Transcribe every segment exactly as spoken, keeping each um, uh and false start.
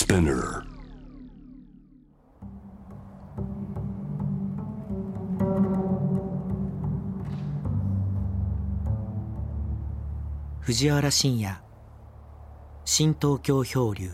Spinner. 藤原信也、新東京漂流。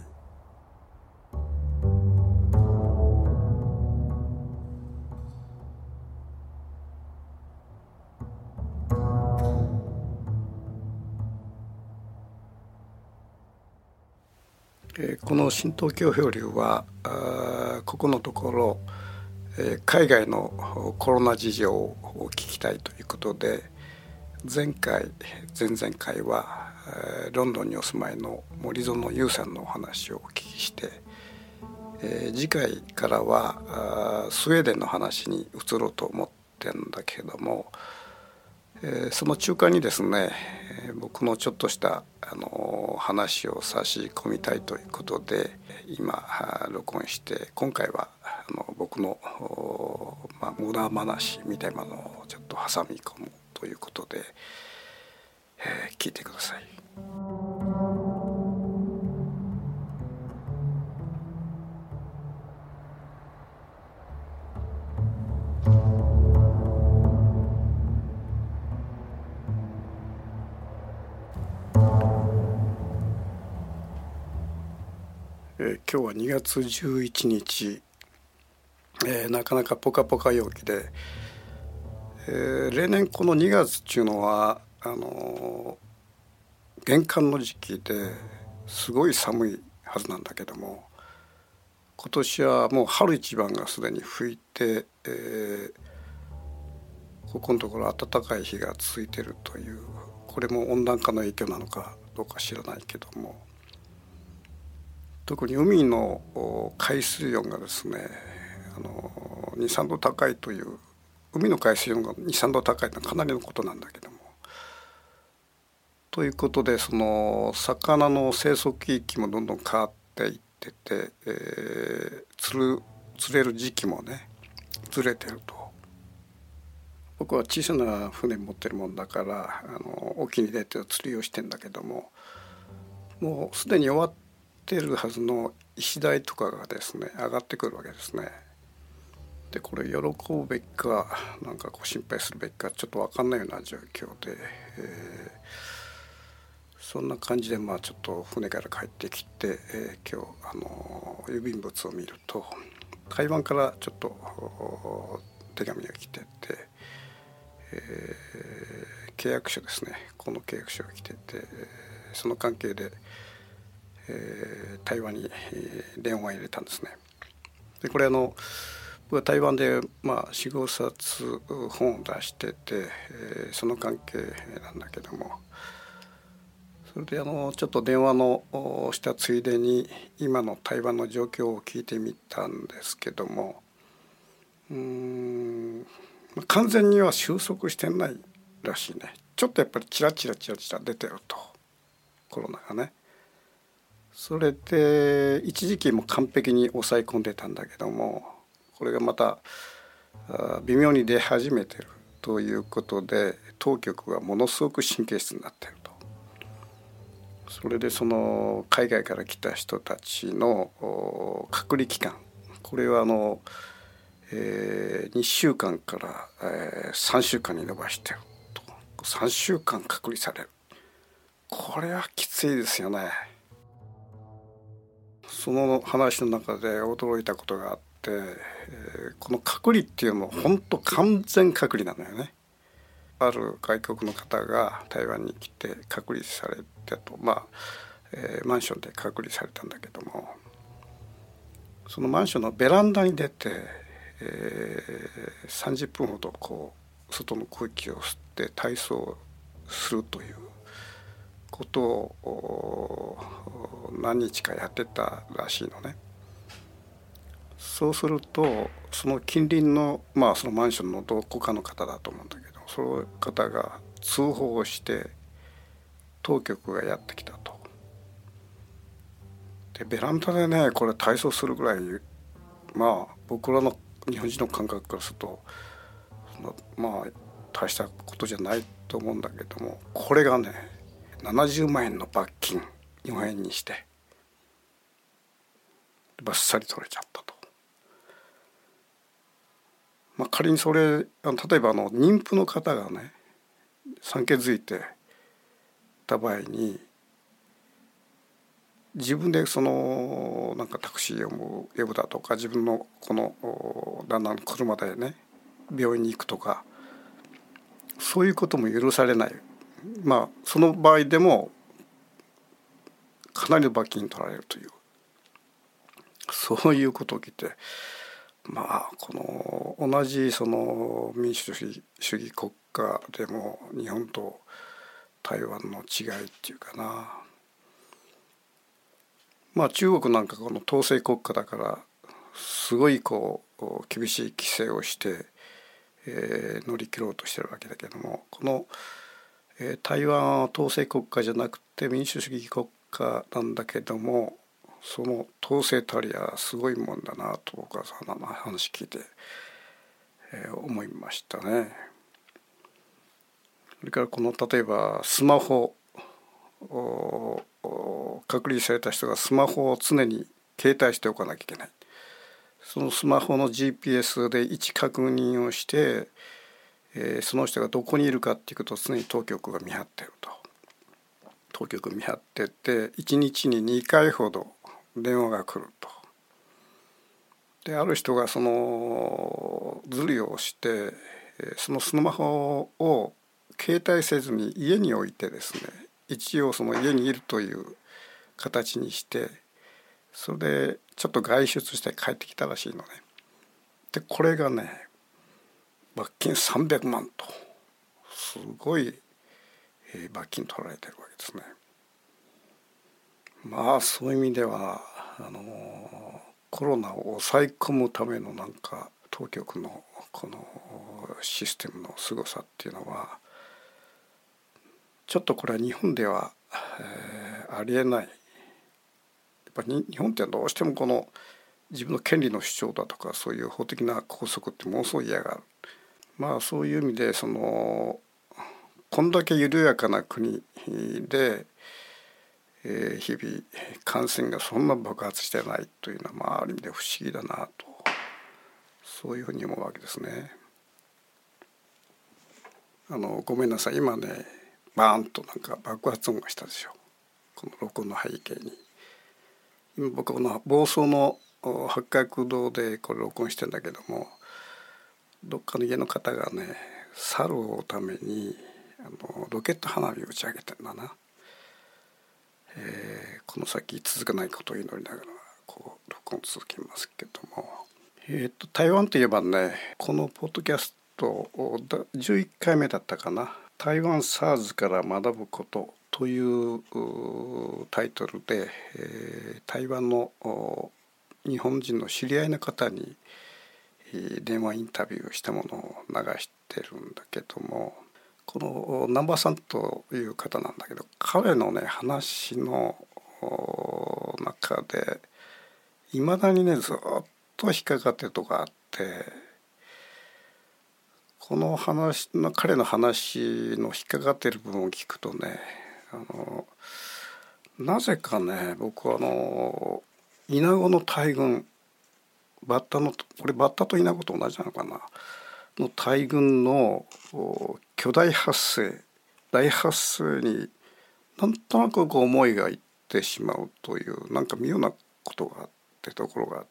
この新東京漂流はあここのところ、えー、海外のコロナ事情を聞きたいということで、前回前々回は、えー、ロンドンにお住まいの森園優さんのお話をお聞きして、えー、次回からはスウェーデンの話に移ろうと思ってるんだけれども、えー、その中間にですね、僕のちょっとしたあの話を差し込みたいということで今録音して、今回はあの僕の、まあ、無駄話みたいなのをちょっと挟み込むということで、えー、聞いてください。えー、今日はにがつじゅういちにち、えー、なかなかポカポカ陽気で、えー、例年このにがつっていうのはあのー、厳寒の時期ですごい寒いはずなんだけども、今年はもう春一番がすでに吹いて、えー、ここのところ暖かい日が続いているという、これも温暖化の影響なのかどうか知らないけども、特に海の海水温がですね、あのに、さんど高いという、海の海水温がに、さんど高いのはかなりのことなんだけども、ということでその魚の生息域もどんどん変わっていってて、えー、釣る釣れる時期もねずれてると。僕は小さな船持ってるもんだからあの沖に出て釣りをしてんだけども、もうすでに終わっててるはずの石鯛とかがですね上がってくるわけですね。でこれ喜ぶべきかなんかこう心配するべきかちょっと分かんないような状況で、えー、そんな感じでまあちょっと船から帰ってきて、えー、今日あの郵便物を見ると台湾からちょっと手紙が来てて、えー、契約書ですね、この契約書が来てて、その関係でえー、台湾に、えー、電話を入れたんですね。でこれあの僕は台湾で、まあ、よん、ごさつ本を出してて、えー、その関係なんだけども、それであのちょっと電話のしたついでに今の台湾の状況を聞いてみたんですけども、うーん完全には収束してないらしいね。ちょっとやっぱりチラチラチラチラ出てると、コロナがね。それで一時期も完璧に抑え込んでたんだけども、これがまた微妙に出始めてるということで、当局がものすごく神経質になっていると。それでその海外から来た人たちの隔離期間、これはあの、えー、にしゅうかんから、えー、さんしゅうかんに延ばしてると。さんしゅうかん隔離される、これはきついですよね。その話の中で驚いたことがあって、えー、この隔離っていうのは本当完全隔離なのよね。ある外国の方が台湾に来て隔離されてと、まあ、えー、マンションで隔離されたんだけども、そのマンションのベランダに出て、えー、さんじゅっぷんほどこう外の空気を吸って体操をするということを何日かやってたらしいのね。そうするとその近隣のまあそのマンションのどこかの方だと思うんだけど、その方が通報をして当局がやってきたと。でベランダでねこれ体操するぐらい、まあ僕らの日本人の感覚からするとまあ大したことじゃないと思うんだけども、これがねななじゅうまんえんの罰金、日本円にしてバッサリ取れちゃったと。まあ、仮にそれ例えばあの妊婦の方がね産気づいてた場合に自分でそのなんかタクシーを呼ぶだとか自分のこの旦那の車でね病院に行くとかそういうことも許されない。まあその場合でもかなりの罰金取られるというそういうことを聞いてまあこの同じその民主主義、主義国家でも日本と台湾の違いっていうかな。まあ中国なんかこの統制国家だからすごいこう厳しい規制をして、えー、乗り切ろうとしてるわけだけどもこの、えー、台湾は統制国家じゃなくて民主主義国家なんだけどもその統制たりはすごいもんだなと僕はその話聞いて、えー、思いましたね。それからこの例えばスマホ隔離された人がスマホを常に携帯しておかなきゃいけない。そのスマホの ジーピーエス で位置確認をして、えー、その人がどこにいるかっていうことを常に当局が見張っていると。当局見張ってていちにちににかいほど電話が来ると。である人がそのズルをしてそのスマホを携帯せずに家に置いてですね一応その家にいるという形にしてそれでちょっと外出して帰ってきたらしいのね。でこれがね罰金さんびゃくまんとすごい罰金取られてるわけですね。まあそういう意味ではあのコロナを抑え込むためのなんか当局のこのシステムのすごさっていうのはちょっとこれは日本では、えー、ありえない。やっぱり日本ってどうしてもこの自分の権利の主張だとかそういう法的な拘束ってものすごい嫌がる。まあそういう意味でそのこんだけ緩やかな国で、えー、日々感染がそんな爆発してないというのは、まあ、ある意味で不思議だなとそういうふうに思うわけですね。あのごめんなさい今ねバーンとなんか爆発音がしたでしょ。この録音の背景に今僕はこの房総の八角堂でこれ録音してるんだけどもどっかの家の方がね猿を追うためにあのロケット花火を打ち上げてんだな、えー、この先続かないことを祈りながらこう録音続きますけども、えー、と台湾といえばねこのポッドキャストじゅういっかいめだったかな台湾 SARS から学ぶことというタイトルで、えー、台湾の日本人の知り合いの方に電話インタビューしたものを流してるんだけどもこの南波さんという方なんだけど彼のね話の中でいまだにねずっと引っかかってるとこがあってこの話の彼の話の引っかかってる部分を聞くとねあのなぜかね僕はあのイナゴの大群バッタのこれバッタとイナゴと同じなのかなの大群の巨大発生大発生になんとなくこう思いがいってしまうというなんか妙なことがあってところがあって、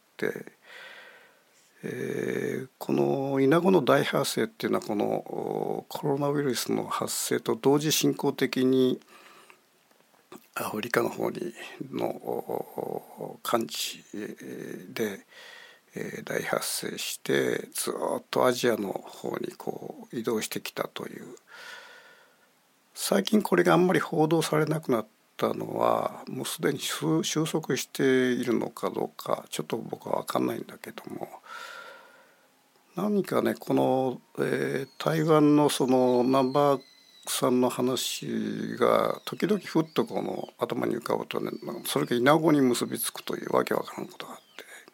えー、このイナゴの大発生っていうのはこのコロナウイルスの発生と同時進行的にアフリカの方にの感知で大発生してずっとアジアの方にこう移動してきたという最近これがあんまり報道されなくなったのはもうすでに収束しているのかどうかちょっと僕は分かんないんだけども何かねこの、えー、台湾のそのナンバーさんの話が時々ふっとこの頭に浮かぶとねそれがイナゴに結びつくというわけわからんことがあって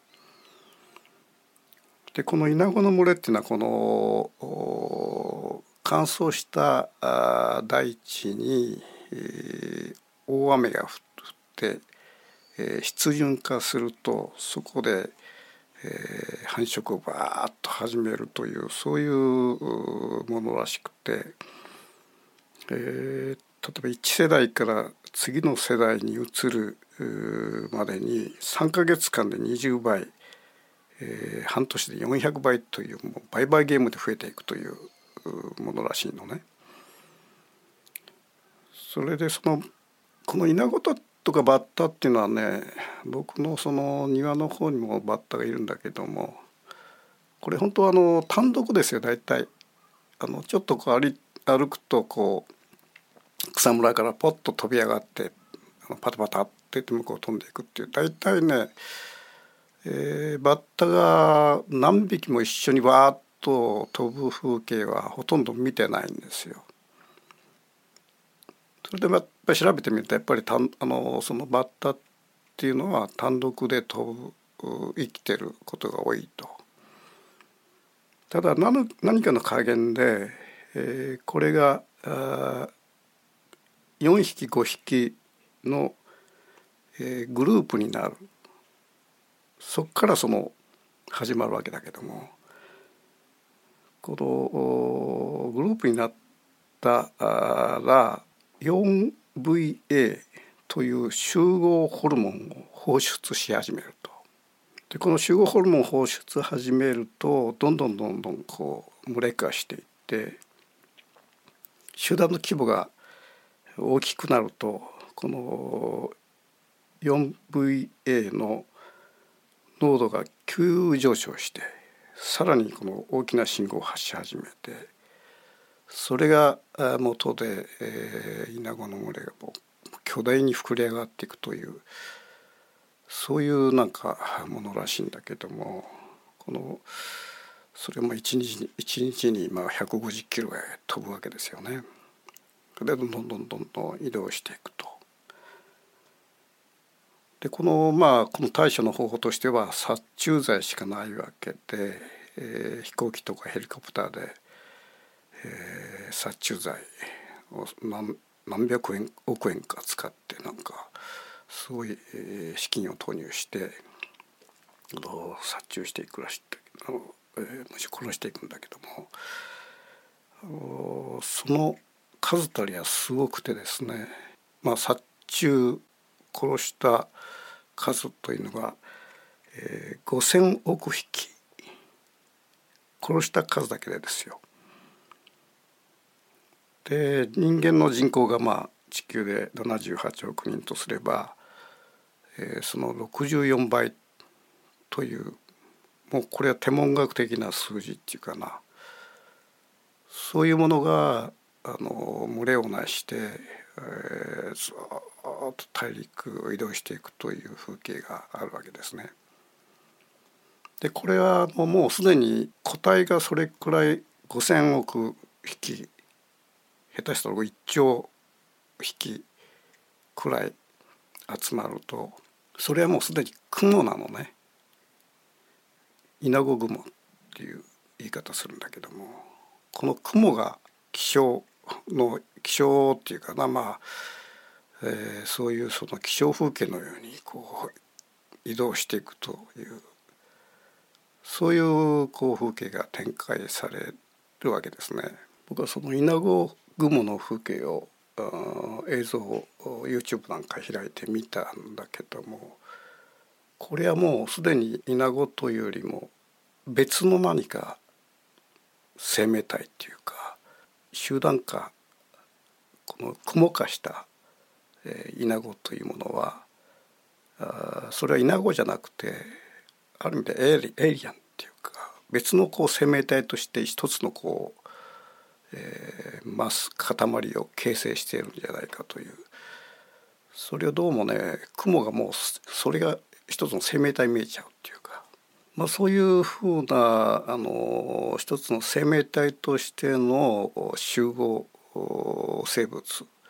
でこのイナゴの群れっていうのはこの乾燥した大地に大雨が降ってえー、湿潤化するとそこで、えー、繁殖をバーッと始めるというそういうものらしくて、えー、例えばいち世代から次の世代に移るまでにさんかげつかんでにじゅうばい、えー、半年でよんひゃくばいというもう倍々ゲームで増えていくというものらしいのね。それでそのこのイナゴとかバッタっていうのはね、僕のその庭の方にもバッタがいるんだけども、これ本当はあの単独ですよ。大体あのちょっとこう 歩, 歩くとこう草むらからポッと飛び上がってパタパタって向こう飛んでいくっていう、大体ね、えー、バッタが何匹も一緒にわーっと飛ぶ風景はほとんど見てないんですよ。それでやっぱり調べてみるとやっぱりたあのそのバッタっていうのは単独で飛ぶ生きてることが多いと。ただ 何, 何かの加減で、えー、これがよんひきごひきの、えー、グループになる。そこからその始まるわけだけども、このグループになったら フォーブイエー という集合ホルモンを放出し始めると。でこの集合ホルモンを放出始めるとどんどんどんどんこう群れ化していって、集団の規模が大きくなるとこの フォーブイエー の濃度が急上昇して、さらにこの大きな信号を発し始めて、それが元で、えー、イナゴの群れがもう巨大に膨れ上がっていくという、そういうなんかものらしいんだけども、このそれも一日に一日にまあひゃくごじゅっキロが飛ぶわけですよね。でどんどんどんどんどん移動していくと。でこのまあこの対処の方法としては殺虫剤しかないわけで、えー、飛行機とかヘリコプターで、えー、殺虫剤を 何, 何百円億円か使ってなんかすごい、えー、資金を投入して殺虫していくらしいんだけど、えー、虫殺していくんだけども、その数たりはすごくてですね、まあ、殺虫殺した数というのが、えー、ごせんおくひき殺した数だけでですよ。で人間の人口がまあ地球でななじゅうはちおくにんとすれば、えー、そのろくじゅうよんばいという、もうこれは天文学的な数字っていうかな、そういうものがあの群れをなして、えー、ずっと大陸を移動していくという風景があるわけですね。でこれはもうすでに個体がそれくらいごせんおくひき、下手したらいっちょうひきくらい集まると、それはもうすでに雲なのね。イナゴ雲っていう言い方するんだけども、この雲が気象の気象っていうかな、まあ、えー、そういうその気象風景のようにこう移動していくという、そういうこう風景が展開されるわけですね。僕はそのイナゴ雲の風景を映像を YouTube なんか開いてみたんだけども、これはもうすでにイナゴというよりも別の何か生命体っていうか集団化、この雲化したイナゴというものは、あそれはイナゴじゃなくてある意味でエイリ、エイリアンっていうか別のこう生命体として一つのこう、えー、マス塊を形成しているんじゃないかという、それをどうもね、雲がもうそれが一つの生命体見えちゃうっていうか、まあ、そういうふうなあの一つの生命体としての集合生物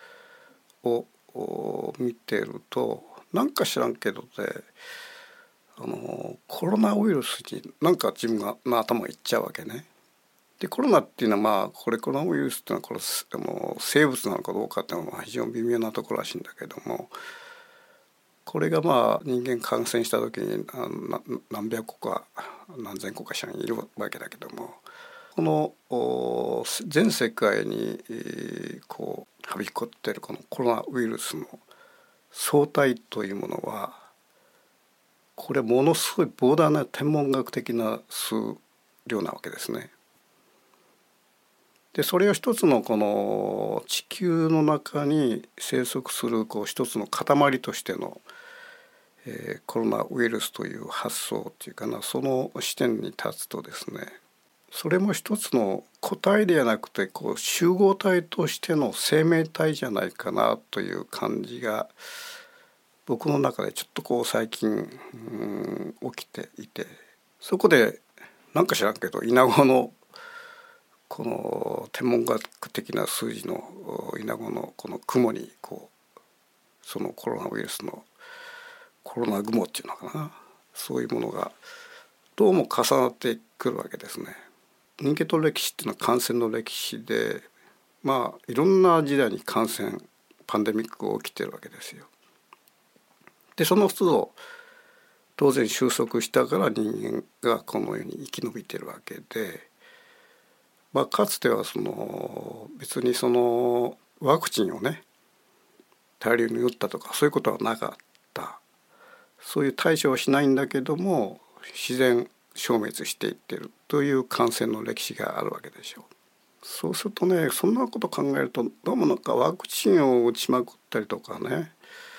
を見てると、なんか知らんけどであのコロナウイルスになんか自分が、まあ、頭がいっちゃうわけね。でコロナっていうのはまあこれコロナウイルスっていうのはこれあの生物なのかどうかっていうのは非常に微妙なところらしいんだけども、 これがまあ人間感染した時に何百個か何千個か社員いるわけだけども、この全世界にこうはびこっているこのコロナウイルスの総体というものは、これものすごい膨大な天文学的な数量なわけですね。でそれを一つのこの地球の中に生息するこう一つの塊としての、えー、コロナウイルスという発想っていうかな、その視点に立つとですね、それも一つの個体ではなくてこう集合体としての生命体じゃないかなという感じが僕の中でちょっとこう最近うん起きていて、そこでなんか知らんけどイナゴのこの天文学的な数字のイナゴのこの雲にこうそのコロナウイルスのコロナ雲っていうのかな、そういうものがどうも重なってくるわけですね。人間の歴史っていうのは感染の歴史で、まあいろんな時代に感染パンデミックが起きてるわけですよ。でその都度当然収束したから人間がこの世に生き延びてるわけで、まあ、かつてはその別にそのワクチンをね大量に打ったとかそういうことはなかった、そういう対処はしないんだけども自然消滅していってるという感染の歴史があるわけでしょう。そうするとね、そんなこと考えるとどうもなんかワクチンを打ちまくったりとかね、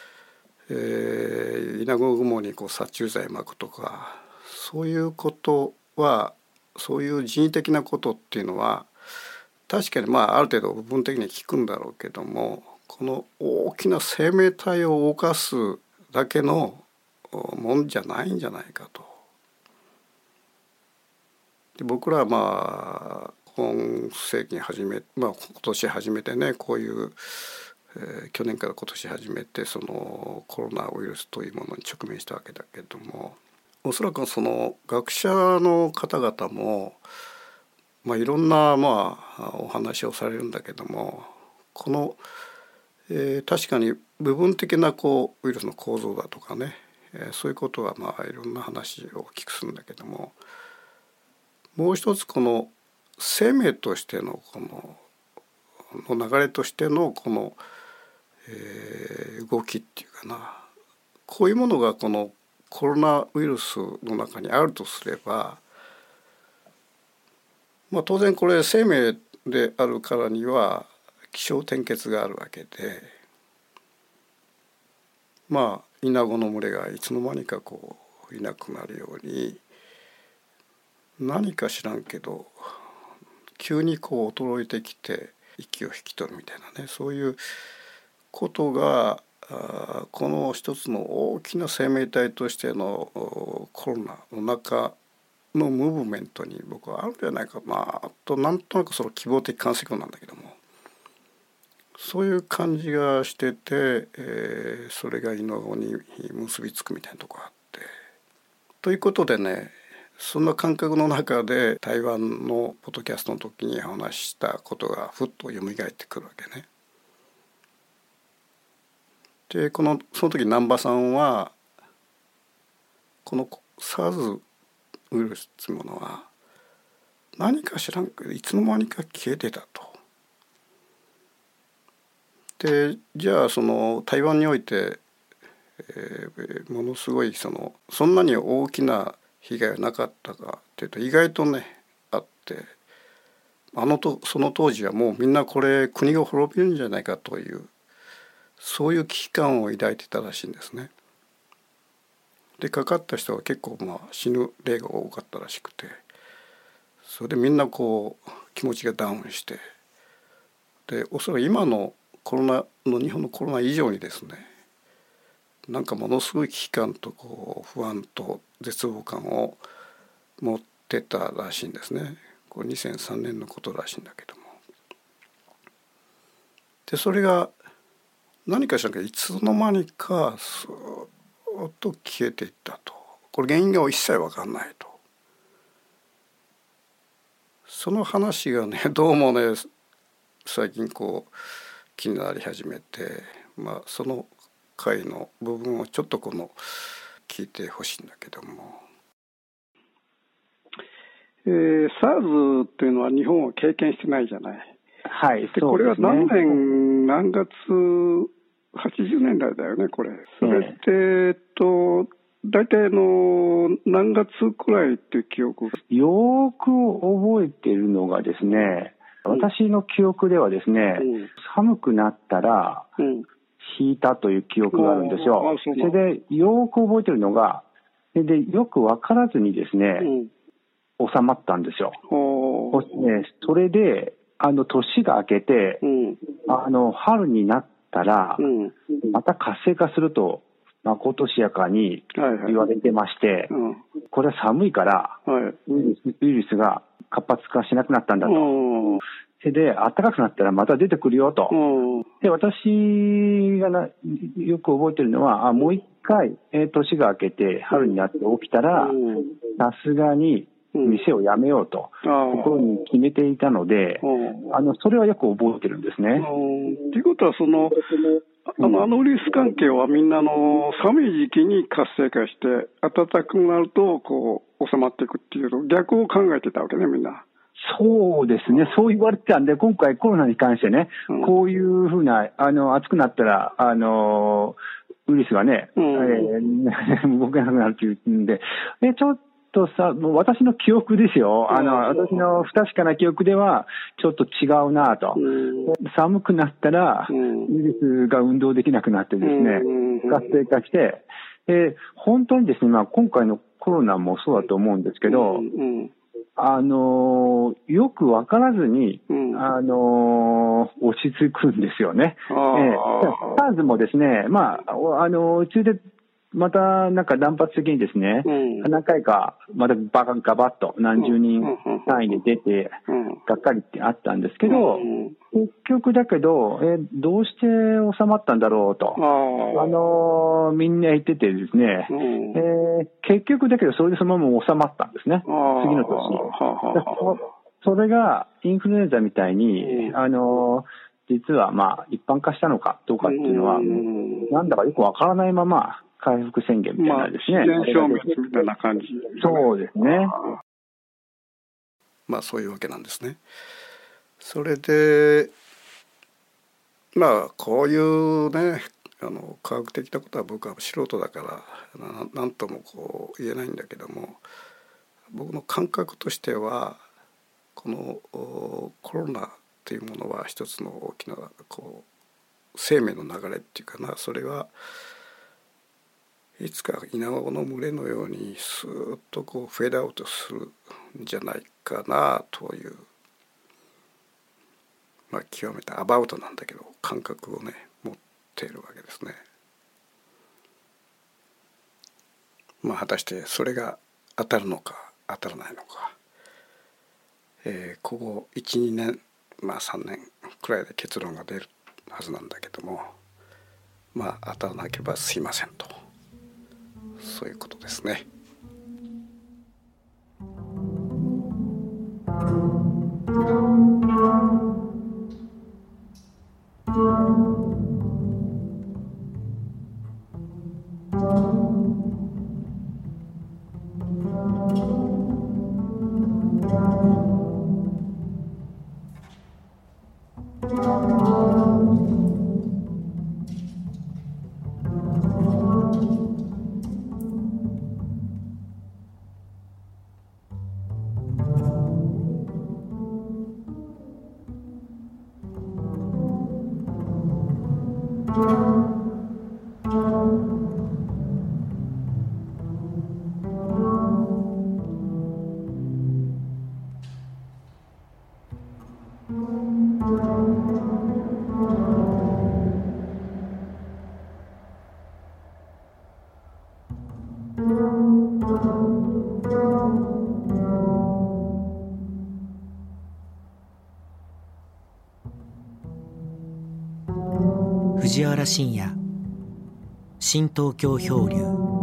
えー、イナゴ雲にこう殺虫剤まくとか、そういうことはそういう人為的なことっていうのは確かにまあある程度部分的に効くんだろうけども、この大きな生命体を動かすだけのもんじゃないんじゃないかと。で僕らはまあ今世紀初め、まあ、今年初めてねこういう、えー、去年から今年初めてそのコロナウイルスというものに直面したわけだけども、おそらくその学者の方々も、まあ、いろんなまあお話をされるんだけども、この、えー、確かに部分的なこうウイルスの構造だとかね、えー、そういうことはまあいろんな話を聞くするんだけども、もう一つこの生命としてのこのの流れとしてのこの、えー、動きっていうかな、こういうものがこのコロナウイルスの中にあるとすれば、まあ、当然これ生命であるからには起承転結があるわけで、まあイナゴの群れがいつの間にかこういなくなるように、何か知らんけど急にこう衰えてきて息を引き取るみたいなね、そういうことがこの一つの大きな生命体としてのコロナの中のムーブメントに僕はあるんじゃないかなと、なんとなくその希望的観測なんだけども、そういう感じがしてて、えー、それがイナゴに結びつくみたいなところがあって、ということでね、そんな感覚の中で台湾のポッドキャストの時に話したことがふっと蘇ってくるわけね。でこのその時難波さんはこの SARS ウイルスっていうものは何か知らんけどいつの間にか消えてたと。でじゃあその台湾において、えー、ものすごいそのそんなに大きな被害はなかったかっていうと意外とねあって、あのとその当時はもうみんなこれ国が滅びるんじゃないかというそういう危機感を抱いてたらしいんですね。でかかった人は結構まあ死ぬ例が多かったらしくて、それでみんなこう気持ちがダウンして、でおそらく今のコロナの日本のコロナ以上にですね、なんかものすごい危機感とこう不安と絶望感を持ってたらしいんですね。これにせんさんねんのことらしいんだけども、でそれが何かしらんけどいつの間にかスーッと消えていったと。これ原因が一切分かんないと。その話がねどうもね最近こう気になり始めて、まあその回の部分をちょっとこの聞いてほしいんだけども、えー、SARS っていうのは日本は経験してないじゃない。 はい、 でこれは何年何月はちじゅうねんだいだよねこれ。それって、えー、っと大体の何月くらいっていう記憶？ よく覚えているのがですね、私の記憶ではですね、うん、寒くなったら引いたという記憶があるんですよ。それでよく覚えているのが、でよく分からずにですね、うん、収まったんですよ。そしてね、それであの年が明けて、うん、あの春になったら、うん、また活性化するとまことしやかに言われてまして、はいはい、うん、これは寒いから、はい、ウイルス、ウイルスが活発化しなくなったんだと。それで暖かくなったらまた出てくるよと。で私がなよく覚えてるのは、あもう一回、えー、年が明けて春になって起きたらさすがに店を辞めようと、うん、心に決めていたので、あのそれはよく覚えてるんですね。 ということはそのあの、あのウイルス関係はみんなの寒い時期に活性化して暖かくなるとこう収まっていくっていう逆を考えてたわけねみんな。 そうですね、そう言われてたんで、今回コロナに関してね、うん、こういうふうなあの暑くなったらあのウイルスがね、うんえー、動けなくなるっていうんで、えちょっとさ、もう私の記憶ですよ、あの私の不確かな記憶ではちょっと違うなと、うん、寒くなったら、うん、ウイルスが運動できなくなってですね、うん、活性化して、で本当にですね、まあ、今回のコロナもそうだと思うんですけど、うんうんあのー、よく分からずに、うん、あのー、落ち着くんですよね。えー、SARS もですね、まあ、あのー、中でまたなんか断発的にですね、うん、何回かまたバカガバッと何十人単位で出て、うん、がっかりってあったんですけど、うん、結局だけど、えどうして収まったんだろうと、あのー、みんな言っててですね、うんえー、結局だけどそれでそのまま収まったんですね、次の年。それがインフルエンザみたいに、うん、あのー、実はまあ一般化したのかどうかっていうのは、うん、なんだかよくわからないまま回復宣言みたいなですね。 まあ、自然消滅みたいな感じ、ね。 そうですね。 まあそういうわけなんですね。それでまあこういうねあの科学的なことは僕は素人だからななんともこう言えないんだけども、僕の感覚としてはこのコロナというものは一つの大きなこう生命の流れっていうかな、それはいつかイナゴの群れのようにスーッとこうフェードアウトするんじゃないかなという、まあ極めてアバウトなんだけど感覚をね持っているわけですね。まあ果たしてそれが当たるのか当たらないのか、えー、ここいち、にねんまあさんねんくらいで結論が出るはずなんだけども、まあ当たらなければすいませんと、そういうことですね。 藤原信也、新東京漂流。